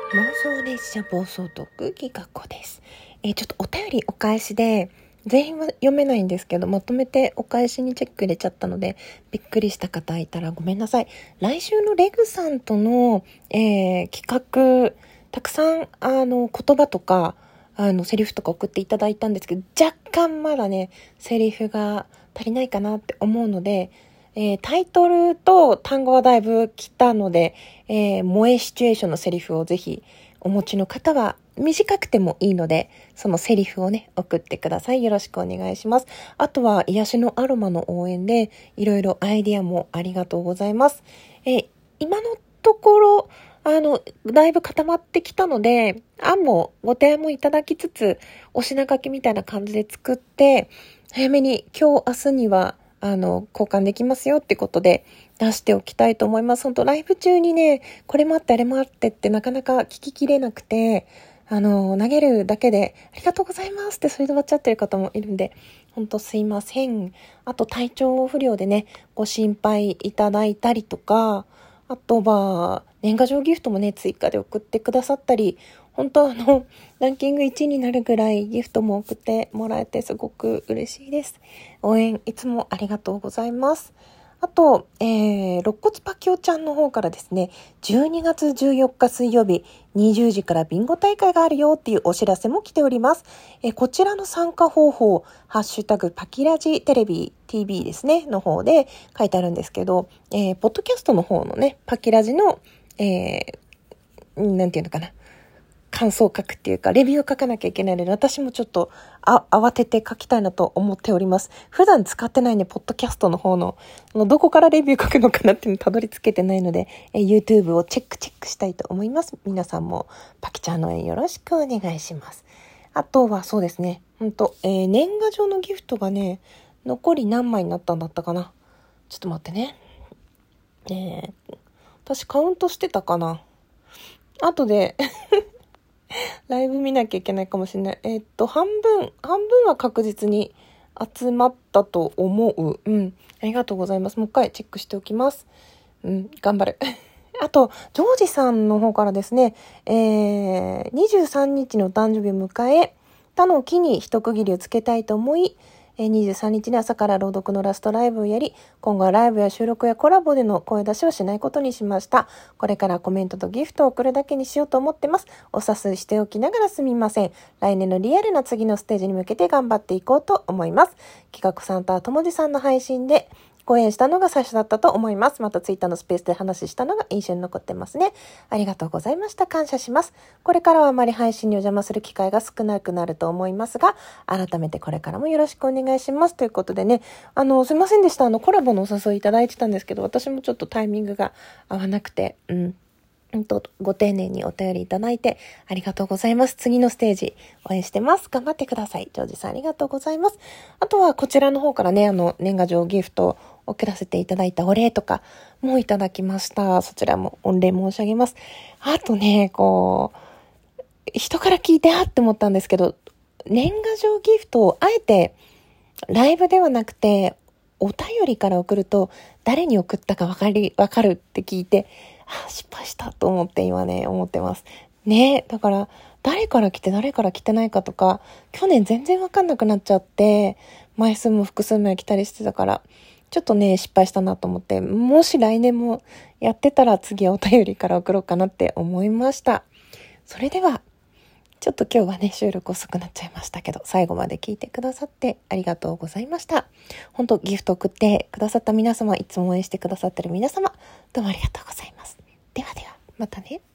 妄想列車暴走族ギガ子です。ちょっとお便りお返しで全員は読めないんですけど、まとめてお返しにチェック入れちゃったので、びっくりした方いたらごめんなさい。来週のレグさんとの、企画たくさん言葉とかセリフとか送っていただいたんですけど、若干まだねセリフが足りないかなって思うので、タイトルと単語はだいぶ来たので、萌えシチュエーションのセリフをぜひお持ちの方は短くてもいいので、そのセリフをね、送ってください。よろしくお願いします。あとは癒しのアロマの応援で、いろいろアイディアもありがとうございます。今のところ、だいぶ固まってきたので、案もご提案もいただきつつ、お品書きみたいな感じで作って、早めに今日明日には交換できますよってことで出しておきたいと思います。本当ライブ中にね、これもあってあれもあってってなかなか聞ききれなくて、投げるだけでありがとうございますってそれで終わっちゃってる方もいるんで、本当すいません。あと体調不良でね、ご心配いただいたりとか、あとは年賀状ギフトもね、追加で送ってくださったり、本当ランキング1位になるぐらいギフトも送ってもらえてすごく嬉しいです。応援いつもありがとうございます。あと、肋骨パキオちゃんの方からですね、12月14日水曜日20時からビンゴ大会があるよっていうお知らせも来ております。こちらの参加方法、ハッシュタグパキラジテレビ TV ですね、の方で書いてあるんですけど、ポッドキャストの方のね、パキラジの、なんていうのかな。感想を書くっていうか、レビューを書かなきゃいけないので、私もちょっと慌てて書きたいなと思っております。普段使ってないね、ポッドキャストの方の、どこからレビュー書くのかなっていうのたどり着けてないので、YouTube をチェックしたいと思います。皆さんもパキちゃんの応援よろしくお願いします。あとはそうですね、年賀状のギフトがね、残り何枚になったんだったかな。ちょっと待ってね。私カウントしてたかな。後でライブ見なきゃいけないかもしれない。半分は確実に集まったと思う。うん。ありがとうございます。もう一回チェックしておきます。うん。頑張る。あと、ジョージさんの方からですね、23日の誕生日を迎え、他の木に一区切りをつけたいと思い、23日に朝から朗読のラストライブをやり、今後はライブや収録やコラボでの声出しをしないことにしました。これからコメントとギフトを送るだけにしようと思ってます。お誘いしておきながらすみません。来年のリアルな次のステージに向けて頑張っていこうと思います。企画さんとともじさんの配信で、講演したのが最初だったと思います。またツイッターのスペースで話したのが印象に残ってますね。ありがとうございました。感謝します。これからはあまり配信にお邪魔する機会が少なくなると思いますが、改めてこれからもよろしくお願いします。ということでね、すいませんでした。コラボのお誘いいただいてたんですけど、私もちょっとタイミングが合わなくて、ご丁寧にお便りいただいてありがとうございます。次のステージ応援してます。頑張ってください。ジョージさんありがとうございます。あとはこちらの方からね、年賀状ギフトを送らせていただいたお礼とかもいただきました。そちらも御礼申し上げます。あとね、人から聞いてって思ったんですけど、年賀状ギフトをあえてライブではなくてお便りから送ると誰に送ったかわかるって聞いて、失敗したと思って今ね、思ってます。ね、だから誰から来て誰から来てないかとか、去年全然わかんなくなっちゃって、枚数も複数枚来たりしてたから、ちょっとね、失敗したなと思って、もし来年もやってたら次はお便りから送ろうかなって思いました。それでは、ちょっと今日はね、収録遅くなっちゃいましたけど、最後まで聞いてくださってありがとうございました。本当ギフト送ってくださった皆様、いつも応援してくださってる皆様、どうもありがとうございます。ではでは、またね。